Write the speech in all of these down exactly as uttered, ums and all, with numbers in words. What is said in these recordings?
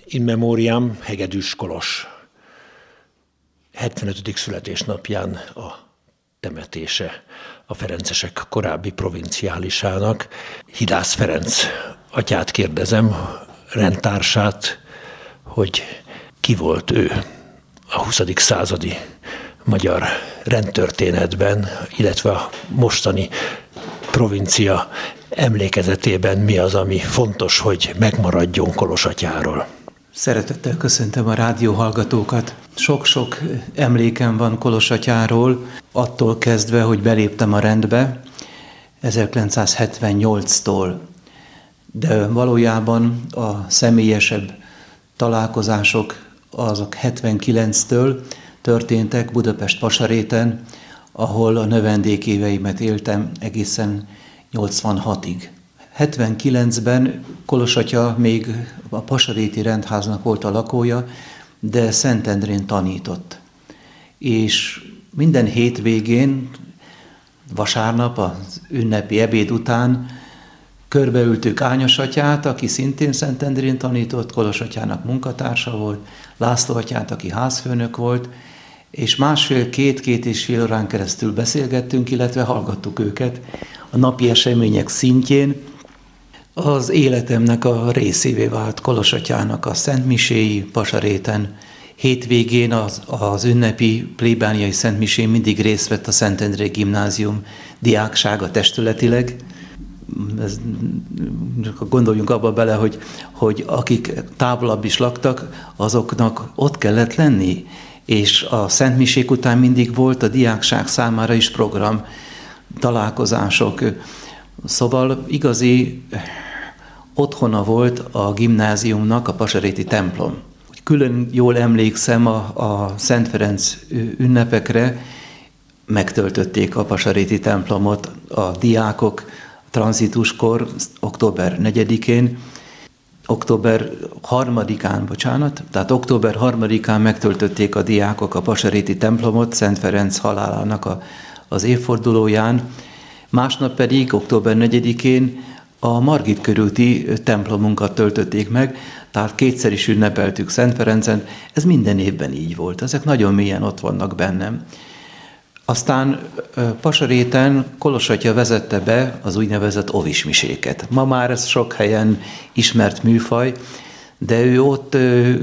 In memoriam Hegedűs Kolos hetvenötödik születésnapján a temetése a ferencesek korábbi provinciálisának. Hidász Ferenc atyát kérdezem, rendtársát, hogy ki volt ő a huszadik századi magyar rendtörténetben, illetve a mostani provincia emlékezetében mi az, ami fontos, hogy megmaradjon Kolos atyáról. Szeretettel köszöntöm a rádióhallgatókat. Sok-sok emlékem van Kolos atyáról, attól kezdve, hogy beléptem a rendbe ezerkilencszázhetvennyolctól. De valójában a személyesebb találkozások azok hetvenkilenctől történtek Budapest-Pasaréten, ahol a növendékéveimet éltem egészen nyolcvanhatig. hetvenkilencben Kolos atya még a Pasaréti rendháznak volt a lakója, de Szentendrén tanított. És minden hétvégén, vasárnap az ünnepi ebéd után körbeültük Ányos atyát, aki szintén Szentendrén tanított, Kolos atyának munkatársa volt, László atyát, aki házfőnök volt, és másfél-két-két és fél órán keresztül beszélgettünk, illetve hallgattuk őket a napi események szintjén. Az életemnek a részévé vált Kolos atyának a szentmiséi Pasaréten. Hétvégén az, az ünnepi plébániai szentmisén mindig részt vett a Szentendrei Gimnázium diáksága testületileg. Ez, gondoljunk abba bele, hogy, hogy akik távolabb is laktak, azoknak ott kellett lenni, és a szentmisék után mindig volt a diákság számára is program, találkozások. Szóval igazi otthona volt a gimnáziumnak a pasaréti templom. Külön jól emlékszem a, a Szent Ferenc ünnepekre, megtöltötték a pasaréti templomot a diákok tranzituskor, október negyedikén, október harmadikán, bocsánat, tehát október harmadikán megtöltötték a diákok a pasaréti templomot Szent Ferenc halálának a, az évfordulóján, másnap pedig október negyedikén a Margit körúti templomunkat töltötték meg, tehát kétszer is ünnepeltük Szent Ferencen, ez minden évben így volt, ezek nagyon mélyen ott vannak bennem. Aztán Pasaréten Kolos atya vezette be az úgynevezett ovismiséket. Ma már ez sok helyen ismert műfaj, de ő ott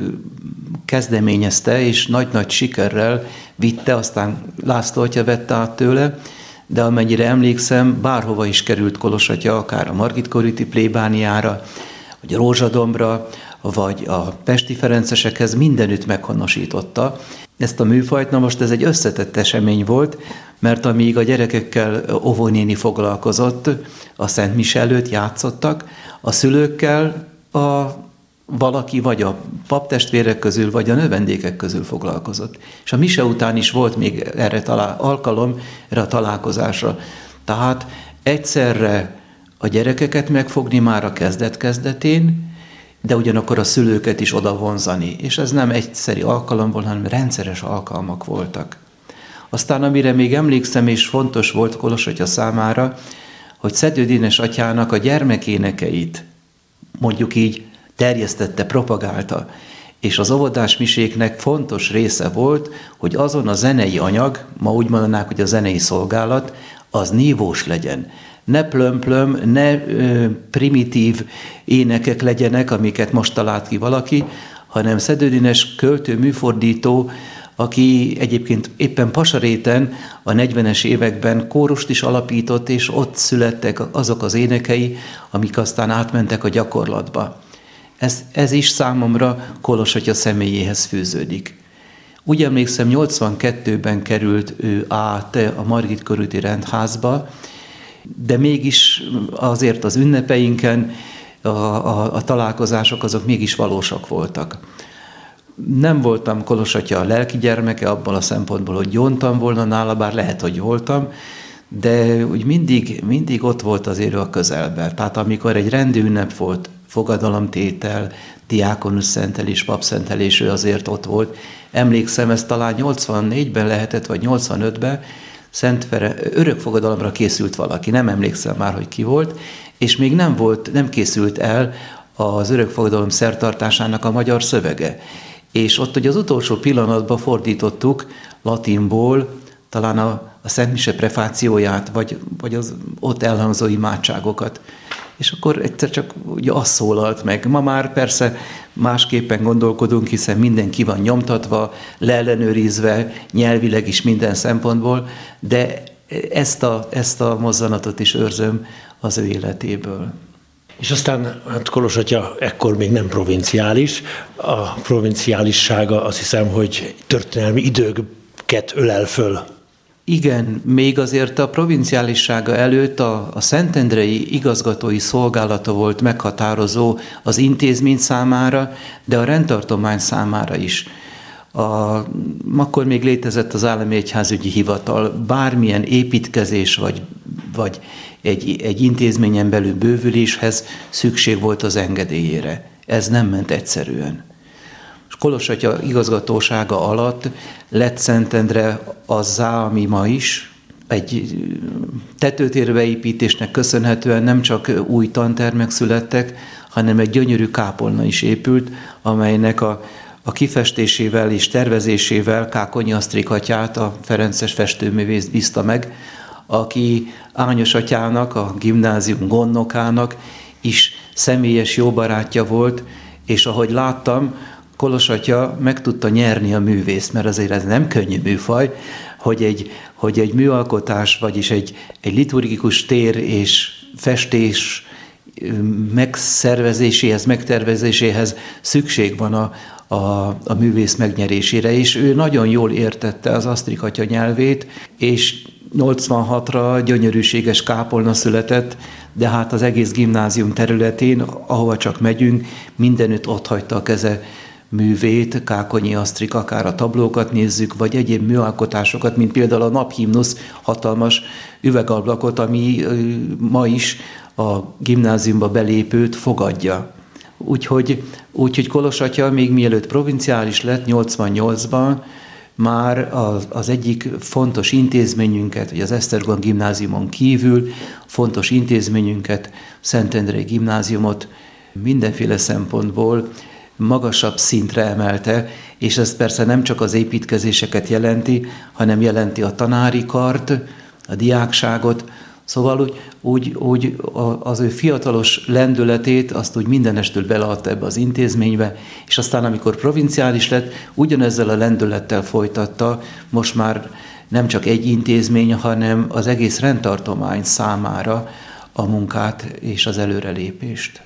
kezdeményezte, és nagy-nagy sikerrel vitte, aztán László atya vette át tőle, de amennyire emlékszem, bárhova is került Kolos atya, akár a Margit körúti plébániára, vagy a Rózsadombra, vagy a pesti ferencesekhez mindenütt meghonosította ezt a műfajt. Na most ez egy összetett esemény volt, mert amíg a gyerekekkel óvónéni foglalkozott, a Szent Mise előtt játszottak, a szülőkkel a valaki vagy a paptestvérek közül, vagy a növendékek közül foglalkozott. És a mise után is volt még erre talál, alkalom, erre a találkozásra. Tehát egyszerre a gyerekeket megfogni már a kezdet-kezdetén, de ugyanakkor a szülőket is oda vonzani. És ez nem egyszeri alkalom volt, hanem rendszeres alkalmak voltak. Aztán amire még emlékszem, és fontos volt Kolos atya számára, hogy Szedő Dénes atyának a gyermekénekeit, mondjuk így, terjesztette, propagálta. És az óvodás miséknek fontos része volt, hogy azon a zenei anyag, ma úgy mondanák, hogy a zenei szolgálat, az nívós legyen. Ne plömplöm, ne ö, primitív énekek legyenek, amiket most talált ki valaki, hanem Szedő Dénes költő, műfordító, aki egyébként éppen Pasaréten a negyvenes években kórust is alapított, és ott születtek azok az énekei, amik aztán átmentek a gyakorlatba. Ez, ez is számomra Kolos atya személyéhez fűződik. Úgy emlékszem, nyolcvankettőben került ő át a Margit körúti rendházba, de mégis azért az ünnepeinken a, a, a találkozások azok mégis valósak voltak. Nem voltam Kolos atya a lelki gyermeke abban a szempontból, hogy gyóntam volna nála, bár lehet, hogy voltam, de úgy mindig, mindig ott volt azért a közelben. Tehát amikor egy rendi ünnep volt, fogadalomtétel, diákonus szentelés, papszentelés, ő azért ott volt. Emlékszem, ez talán nyolcvannégyben lehetett, vagy nyolcvanötben, Szent Fere, örökfogadalomra készült valaki, nem emlékszem már, hogy ki volt, és még nem volt, nem készült el az örökfogadalom szertartásának a magyar szövege. És ott ugye az utolsó pillanatban fordítottuk latinból talán a, a Szent Mise prefációját, vagy, vagy az ott elhangzó imádságokat. És akkor egyszer csak ugye az szólalt meg. Ma már persze másképpen gondolkodunk, hiszen minden ki van nyomtatva, leellenőrizve, nyelvileg is minden szempontból, de ezt a, ezt a mozzanatot is őrzöm az ő életéből. És aztán hát Kolozs atya ekkor még nem provinciális. A provinciálissága azt hiszem, hogy történelmi időket ölel föl. Igen, még azért a provinciálissága előtt a, a szentendrei igazgatói szolgálata volt meghatározó az intézmény számára, de a rendtartomány számára is. A, akkor még létezett az állami egyházügyi hivatal, bármilyen építkezés vagy, vagy egy, egy intézményen belül bővüléshez szükség volt az engedélyére. Ez nem ment egyszerűen. És Kolozs atya igazgatósága alatt lett Szentendre azzá, ami ma is, egy tetőtérbeépítésnek köszönhetően nem csak új tantermek születtek, hanem egy gyönyörű kápolna is épült, amelynek a A kifestésével és tervezésével Kákonyi Asztrik atyát, a ferences festőművészt bízta meg, aki Ányos atyának, a gimnázium gondnokának is személyes jó barátja volt, és ahogy láttam, Kolozs atya meg tudta nyerni a művészt, mert azért ez nem könnyű műfaj, hogy egy, hogy egy műalkotás, vagyis egy, egy liturgikus tér és festés megszervezéséhez, megtervezéséhez szükség van a, a, a művész megnyerésére, és ő nagyon jól értette az Asztrik atya nyelvét, és nyolcvanhatra gyönyörűséges kápolna született, de hát az egész gimnázium területén, ahova csak megyünk, mindenütt ott hagyta a keze művét, Kákonyi Asztrik, akár a tablókat nézzük, vagy egyéb műalkotásokat, mint például a naphimnusz hatalmas üvegablakot, ami ma is a gimnáziumba belépőt fogadja. Úgyhogy, úgyhogy Kolozs atya még mielőtt provinciális lett nyolcvannyolcban, már az, az egyik fontos intézményünket, vagy az Esztergom gimnáziumon kívül fontos intézményünket, Szentendrei gimnáziumot mindenféle szempontból magasabb szintre emelte, és ez persze nem csak az építkezéseket jelenti, hanem jelenti a tanári kart, a diákságot, szóval úgy, úgy, úgy az ő fiatalos lendületét azt úgy mindenestől beleadta ebbe az intézménybe, és aztán amikor provinciális lett, ugyanezzel a lendülettel folytatta, most már nem csak egy intézmény, hanem az egész rendtartomány számára a munkát és az előrelépést.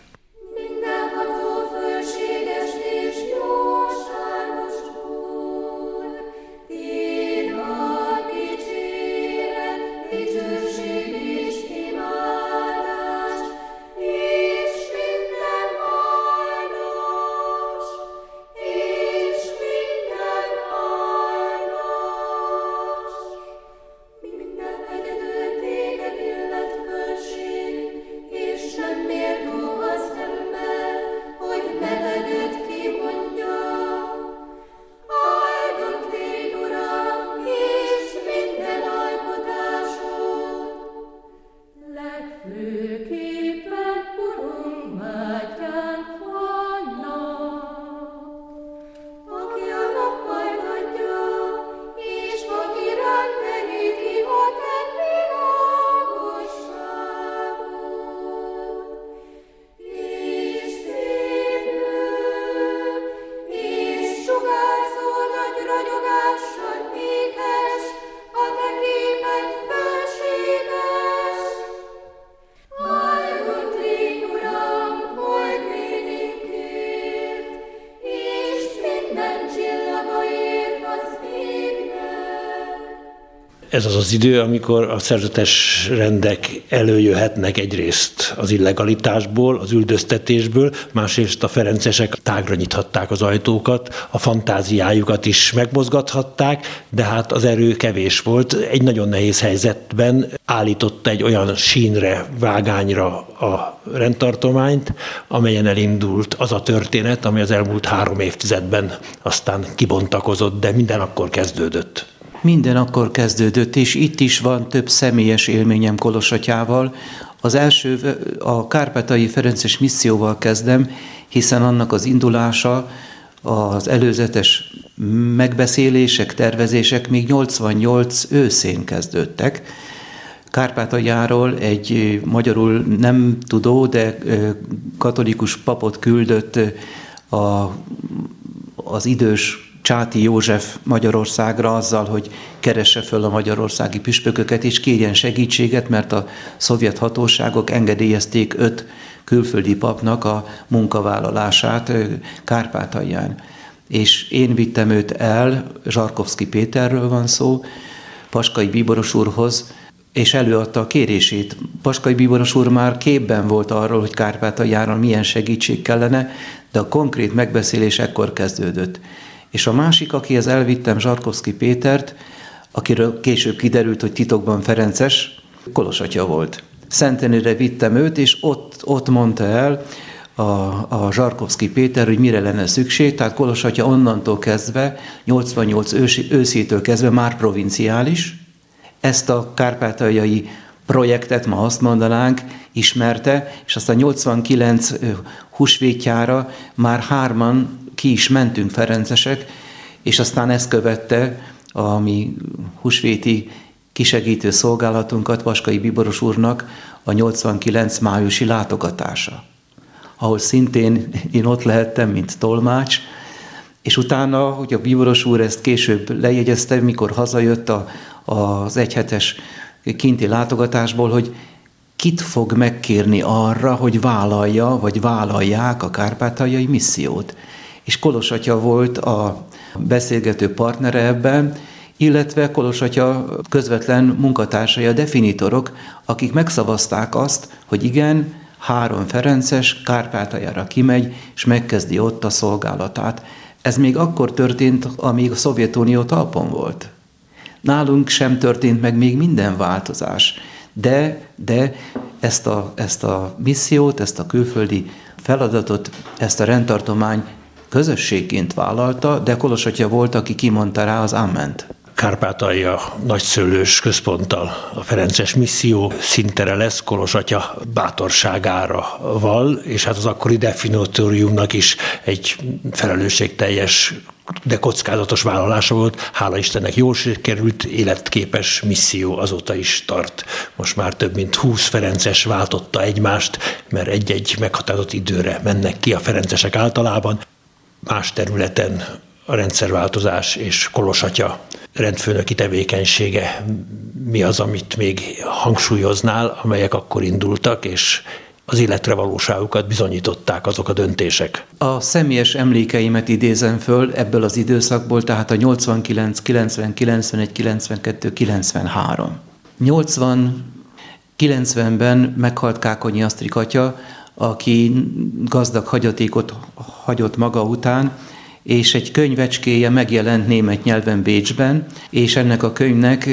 Ez az az idő, amikor a szerzetes rendek előjöhetnek egyrészt az illegalitásból, az üldöztetésből, másrészt a ferencesek tágra nyithatták az ajtókat, a fantáziájukat is megmozgathatták, de hát az erő kevés volt. Egy nagyon nehéz helyzetben állította egy olyan sínre, vágányra a rendtartományt, amelyen elindult az a történet, ami az elmúlt három évtizedben aztán kibontakozott, de minden akkor kezdődött. Minden akkor kezdődött, és itt is van több személyes élményem Kolozs atyával, Az első, a Kárpátaljai Ferences misszióval kezdem, hiszen annak az indulása, az előzetes megbeszélések, tervezések még nyolcvannyolc őszén kezdődtek. Kárpátaljáról egy magyarul nem tudó, de katolikus papot küldött a, az idős Csáti József Magyarországra azzal, hogy keresse föl a magyarországi püspököket, és kérjen segítséget, mert a szovjet hatóságok engedélyezték öt külföldi papnak a munkavállalását Kárpátalján. És én vittem őt el, Zsarkovszky Péterről van szó, Paskai Bíboros úrhoz, és előadta a kérését. Paskai Bíboros úr már képben volt arról, hogy Kárpátaljára milyen segítség kellene, de a konkrét megbeszélés ekkor kezdődött. És a másik, akihez elvittem Zsarkovszky Pétert, akiről később kiderült, hogy titokban ferences, Kolos atya volt. Szentendrére vittem őt, és ott, ott mondta el a, a Zsarkovszky Péter, hogy mire lenne szükség, tehát Kolos atya onnantól kezdve, nyolcvannyolc ősi, őszétől kezdve már provinciális, ezt a kárpátaljai projektet, ma azt mondanánk, ismerte, és aztán nyolcvankilenc húsvétjára már hárman ki is mentünk ferencesek, és aztán ezt követte a mi húsvéti kisegítő szolgálatunkat Paskai Bíboros úrnak a nyolcvankilenc májusi látogatása, ahol szintén én ott lehettem, mint tolmács, és utána, hogy a Bíboros úr ezt később lejegyezte, mikor hazajött a, az egyhetes kinti látogatásból, hogy kit fog megkérni arra, hogy vállalja, vagy vállalják a kárpátaljai missziót. És Kolos atya volt a beszélgető partnere ebben, illetve Kolos atya közvetlen munkatársai, a definitorok, akik megszavazták azt, hogy igen, három ferences Kárpátaljára kimegy, és megkezdi ott a szolgálatát. Ez még akkor történt, amíg a Szovjetunió talpon volt. Nálunk sem történt meg még minden változás, de, de ezt, a, ezt a missziót, ezt a külföldi feladatot, ezt a rendtartomány közösségként vállalta, de Kolos atya volt, aki kimondta rá az amment. Kárpátalja nagyszőlős központtal a ferences misszió szintere lesz, Kolos atya bátorságára val, és hát az akkori definitóriumnak is egy felelősségteljes, de kockázatos vállalása volt. Hála Istennek jól sikerült, életképes misszió azóta is tart. Most már több mint húsz ferences váltotta egymást, mert egy-egy meghatározott időre mennek ki a ferencesek általában. Más területen a rendszerváltozás és Kolos atya rendfőnöki tevékenysége mi az, amit még hangsúlyoznál, amelyek akkor indultak, és az életre valóságukat bizonyították azok a döntések. A személyes emlékeimet idézem föl ebből az időszakból, tehát a nyolcvankilenc, kilencven, kilencvenegy, kilencvenkettő, kilencvenhárom. nyolcvan kilencvenben meghalt Kákonyi Asztrik atya, aki gazdag hagyatékot hagyott maga után, és egy könyvecskéje megjelent német nyelven Bécsben, és ennek a könyvnek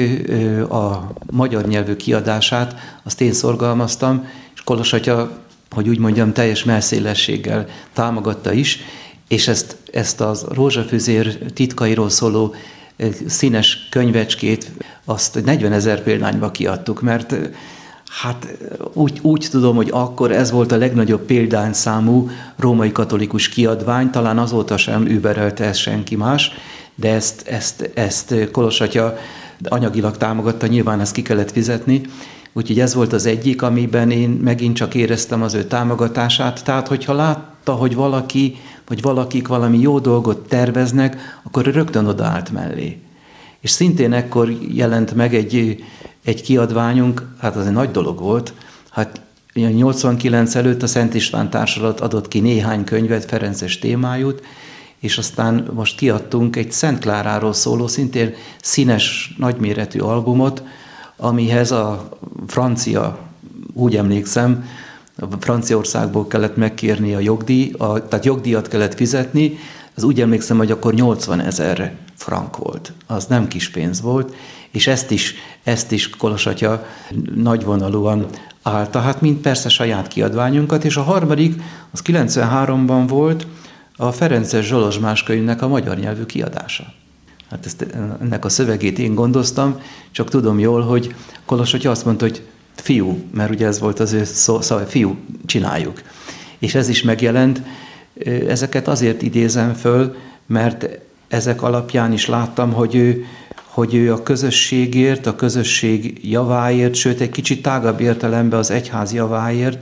a magyar nyelvű kiadását azt én szorgalmaztam, és Kolos atya, hogy úgy mondjam, teljes mellszélességgel támogatta is, és ezt, ezt a rózsafüzér titkairól szóló színes könyvecskét azt negyvenezer példányba kiadtuk, mert hát úgy, úgy tudom, hogy akkor ez volt a legnagyobb példányszámú római katolikus kiadvány, talán azóta sem überelte ezt senki más, de ezt, ezt, ezt Kolos atya anyagilag támogatta, nyilván ezt ki kellett fizetni, úgyhogy ez volt az egyik, amiben én megint csak éreztem az ő támogatását, tehát hogyha látta, hogy valaki, vagy valakik valami jó dolgot terveznek, akkor rögtön odaállt mellé. És szintén ekkor jelent meg egy Egy kiadványunk, hát az egy nagy dolog volt, hát nyolcvankilenc előtt a Szent István Társulat adott ki néhány könyvet, ferences témájút, és aztán most kiadtunk egy Szent Kláráról szóló, szintén színes, nagyméretű albumot, amihez a francia, úgy emlékszem, Franciaországból kellett megkérni a jogdíj, a, tehát jogdíjat kellett fizetni, az úgy emlékszem, hogy akkor nyolcvanezer frank volt. Az nem kis pénz volt, és ezt is, ezt is Kolos atya nagyvonalúan állta, hát mint persze saját kiadványunkat, és a harmadik, az kilencvenháromban volt a Ferences Zsolozsmás könyvnek a magyar nyelvű kiadása. Hát ezt, ennek a szövegét én gondoztam, csak tudom jól, hogy Kolos atya azt mondta, hogy fiú, mert ugye ez volt az ő szó, szóval fiú, csináljuk. És ez is megjelent. Ezeket azért idézem föl, mert ezek alapján is láttam, hogy ő, hogy ő a közösségért, a közösség javáért, sőt egy kicsit tágabb értelemben az egyház javáért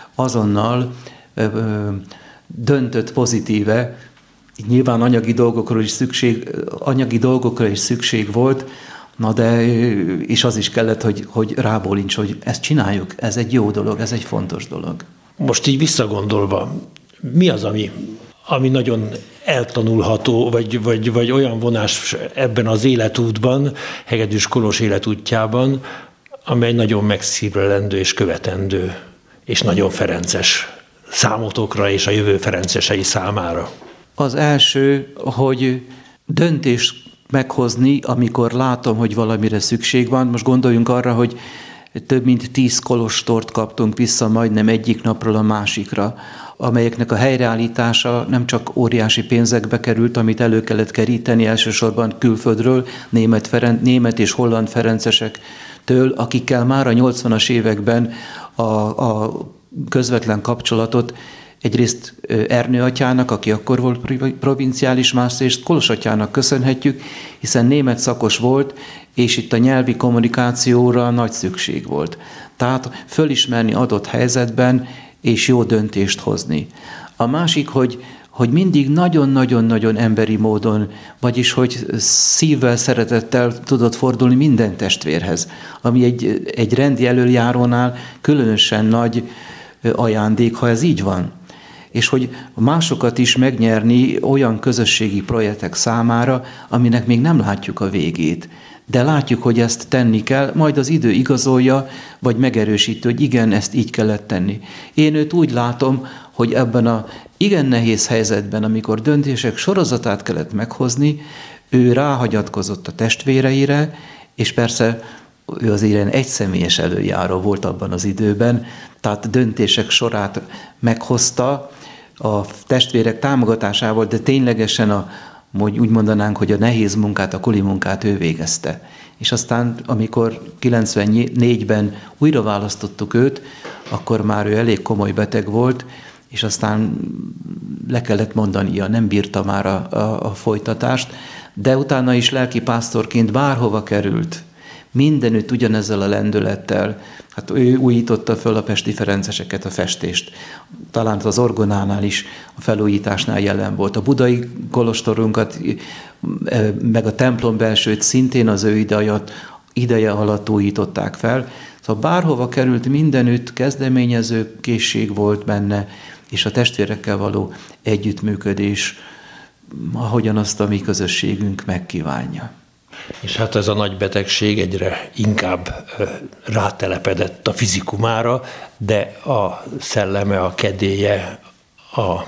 azonnal ö, ö, döntött pozitíve. Nyilván anyagi dolgokra is szükség, anyagi dolgokra is szükség volt, na de és az is kellett, hogy, hogy rábólincs, hogy ezt csináljuk, ez egy jó dolog, ez egy fontos dolog. Most így visszagondolva, mi az, ami, ami nagyon eltanulható, vagy, vagy, vagy olyan vonás ebben az életútban, Hegedűs Kolos életútjában, amely nagyon megszívlelendő és követendő, és nagyon ferences számotokra és a jövő ferencesei számára? Az első, hogy döntést meghozni, amikor látom, hogy valamire szükség van. Most gondoljunk arra, hogy több mint tíz kolostort kaptunk vissza majdnem egyik napról a másikra, amelyeknek a helyreállítása nem csak óriási pénzekbe került, amit elő kellett keríteni elsősorban külföldről, német, Feren, német és holland ferencesektől, akikkel már a nyolcvanas években a, a közvetlen kapcsolatot egyrészt Ernő atyának, aki akkor volt provinciális, másrészt Kolos atyának köszönhetjük, hiszen német szakos volt, és itt a nyelvi kommunikációra nagy szükség volt. Tehát fölismerni adott helyzetben, és jó döntést hozni. A másik, hogy, hogy mindig nagyon-nagyon-nagyon emberi módon, vagyis hogy szívvel, szeretettel tudott fordulni minden testvérhez, ami egy, egy rendi elöljárónál különösen nagy ajándék, ha ez így van. És hogy másokat is megnyerni olyan közösségi projektek számára, aminek még nem látjuk a végét. De látjuk, hogy ezt tenni kell, majd az idő igazolja, vagy megerősíti, hogy igen, ezt így kellett tenni. Én őt úgy látom, hogy ebben a igen nehéz helyzetben, amikor döntések sorozatát kellett meghozni, ő ráhagyatkozott a testvéreire, és persze ő az ilyen egyszemélyes előjáró volt abban az időben, tehát döntések sorát meghozta a testvérek támogatásával, de ténylegesen a, úgy mondanánk, hogy a nehéz munkát, a kuli munkát ő végezte. És aztán, amikor kilencvennégyben újra választottuk őt, akkor már ő elég komoly beteg volt, és aztán le kellett mondania, nem bírta már a, a, a folytatást, de utána is lelkipásztorként bárhova került, mindenütt ugyanezzel a lendülettel. Hát ő újította föl a pesti ferenceseket, a festést. Talán az orgonánál is, a felújításnál jelen volt. A budai kolostorunkat, meg a templom belsőt szintén az ő ideje, ideje alatt újították fel. Szóval bárhova került, mindenütt kezdeményező készség volt benne, és a testvérekkel való együttműködés, ahogyan azt a mi közösségünk megkívánja. És hát ez a nagy betegség egyre inkább rátelepedett a fizikumára, de a szelleme, a kedélye, a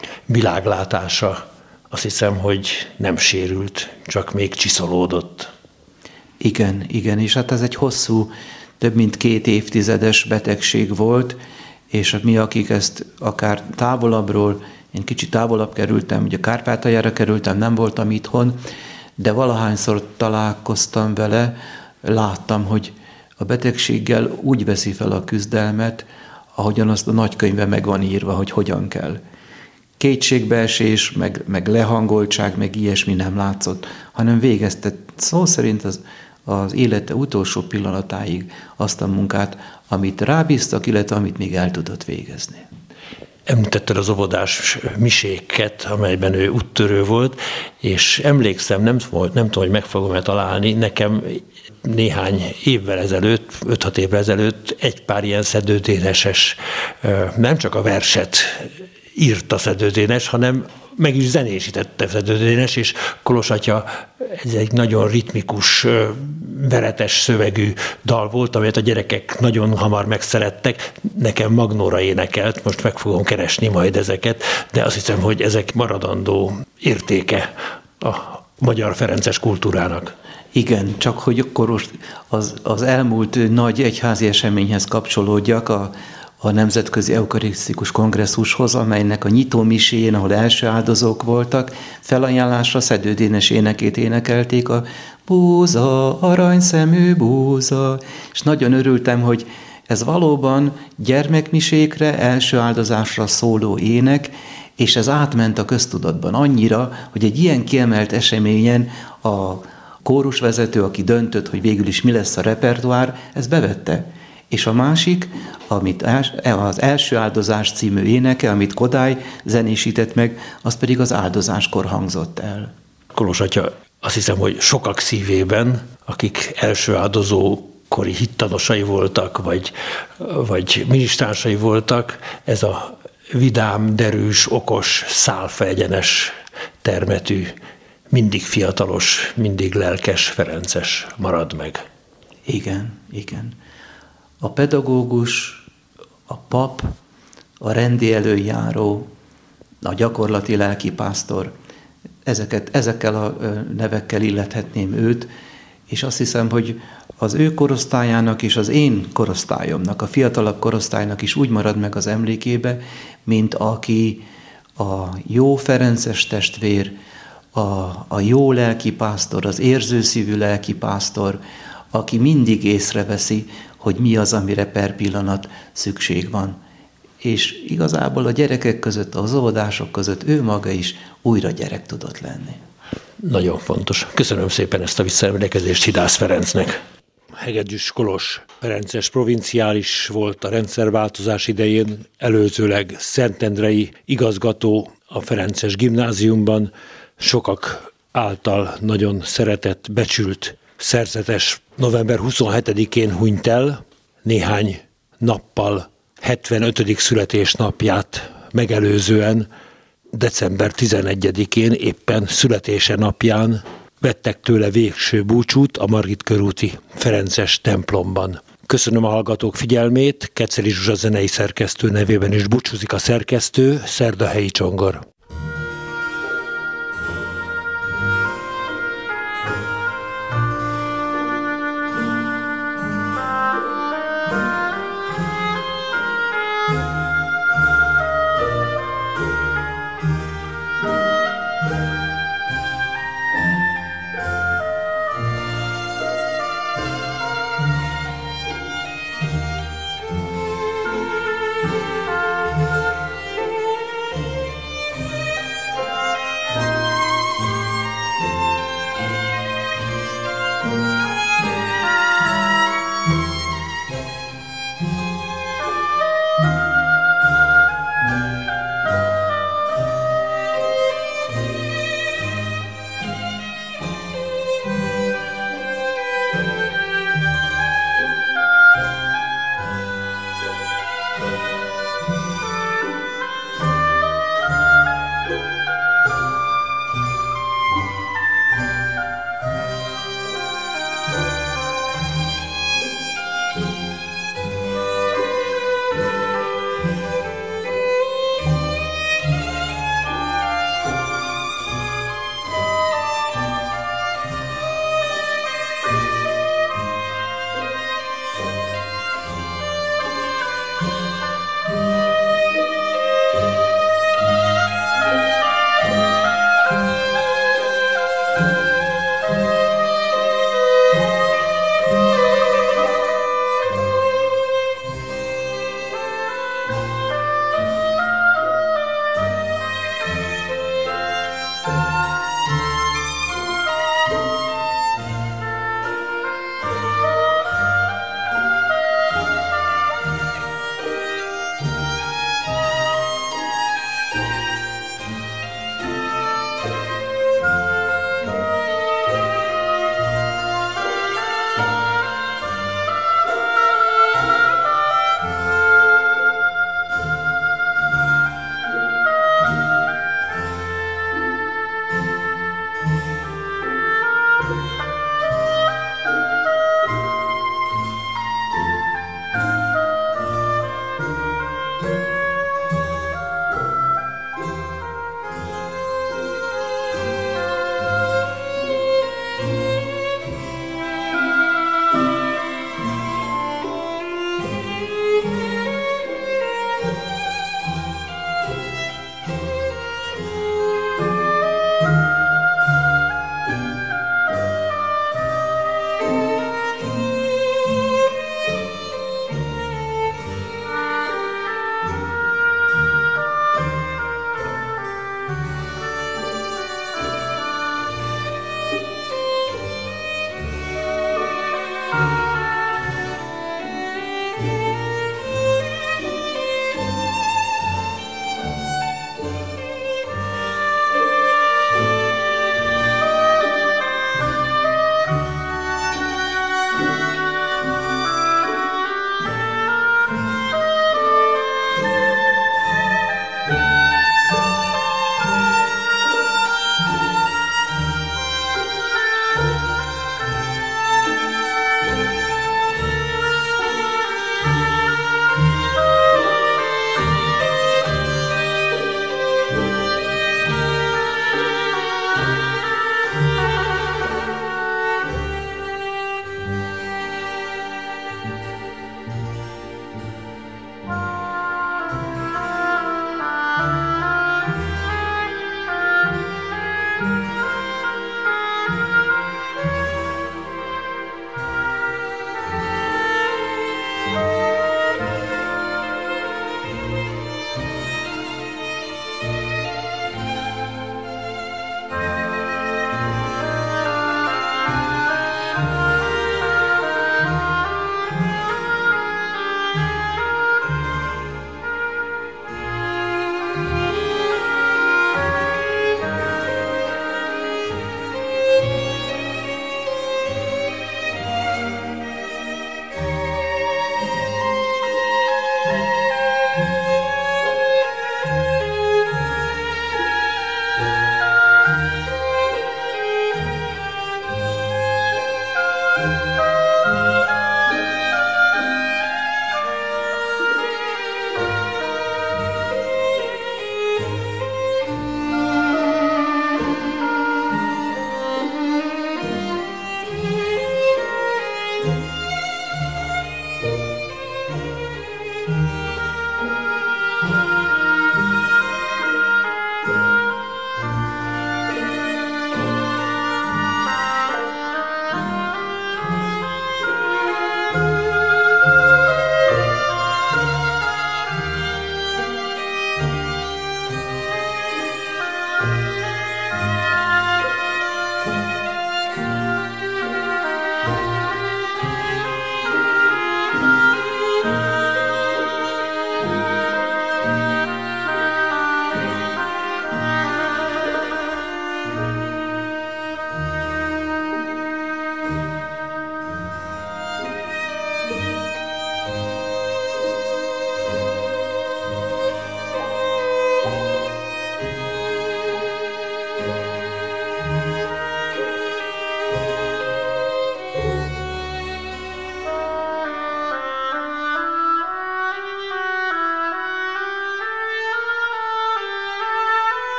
világlátása azt hiszem, hogy nem sérült, csak még csiszolódott. Igen, igen, és hát ez egy hosszú, több mint két évtizedes betegség volt, és mi, akik ezt akár távolabbról, én kicsit távolabb kerültem, ugye Kárpátaljára kerültem, nem voltam itthon, de valahányszor találkoztam vele, láttam, hogy a betegséggel úgy veszi fel a küzdelmet, ahogyan azt a nagykönyvben meg van írva, hogy hogyan kell. Kétségbeesés, meg, meg lehangoltság, meg ilyesmi nem látszott, hanem végezte szó szerint az, az élete utolsó pillanatáig azt a munkát, amit rábíztak, illetve amit még el tudott végezni. Említetted az óvodás miséket, amelyben ő úttörő volt, és emlékszem, nem, volt, nem tudom, hogy meg fogom-e találni, nekem néhány évvel ezelőtt, öt-hat évvel ezelőtt egy pár ilyen szedődéneses, nem csak a verset írta Szedődénes, hanem meg is zenésítette Szedődénes, és Kolos atya ez egy nagyon ritmikus, veretes szövegű dal volt, amelyet a gyerekek nagyon hamar megszerettek. Nekem Magnóra énekelt, most meg fogom keresni majd ezeket, de azt hiszem, hogy ezek maradandó értéke a magyar ferences kultúrának. Igen, csak hogy akkor az, az elmúlt nagy egyházi eseményhez kapcsolódjak, a a Nemzetközi Eukarisztikus Kongresszushoz, amelynek a nyitó miséjén, ahol első áldozók voltak, felajánlásra Szedődénes énekét énekelték, a búza, aranyszemű búza, és nagyon örültem, hogy Ez valóban gyermekmisékre, első áldozásra szóló ének, és ez átment a köztudatban annyira, hogy egy ilyen kiemelt eseményen a kórusvezető, aki döntött, hogy végül is mi lesz a repertoár, ezt bevette. És a másik, amit az első áldozás című éneke, amit Kodály zenésített meg, az pedig az áldozáskor hangzott el. Kolozs atya, azt hiszem, hogy sokak szívében, akik első áldozókori hittanosai voltak, vagy, vagy minisztránsai voltak, ez a vidám, derűs, okos, szálfaegyenes termetű, mindig fiatalos, mindig lelkes Ferences marad meg. Igen, igen. A pedagógus, a pap, a rendi előjáró, a gyakorlati lelkipásztor, ezeket, ezekkel a nevekkel illethetném őt, és azt hiszem, hogy az ő korosztályának és az én korosztályomnak, a fiatalabb korosztálynak is úgy marad meg az emlékébe, mint aki a jó ferences testvér, a, a jó lelkipásztor, az érzőszívű lelkipásztor, aki mindig észreveszi, hogy mi az, amire per pillanat szükség van. És igazából a gyerekek között, az óvodások között ő maga is újra gyerek tudott lenni. Nagyon fontos. Köszönöm szépen ezt a visszaemlékezést Hidász Ferencnek. Hegedűs Kolozs ferences provinciális volt a rendszerváltozás idején, előzőleg szentendrei igazgató a Ferences gimnáziumban, sokak által nagyon szeretett, becsült szerzetes november huszonhetedikén hunyt el, néhány nappal hetvenötödik születésnapját megelőzően, december tizenegyedikén éppen születése napján vettek tőle végső búcsút a Margit körúti Ferences templomban. Köszönöm a hallgatók figyelmét, Keceli Zsuzsa zenei szerkesztő nevében is búcsúzik a szerkesztő, Szerdahelyi Csongor.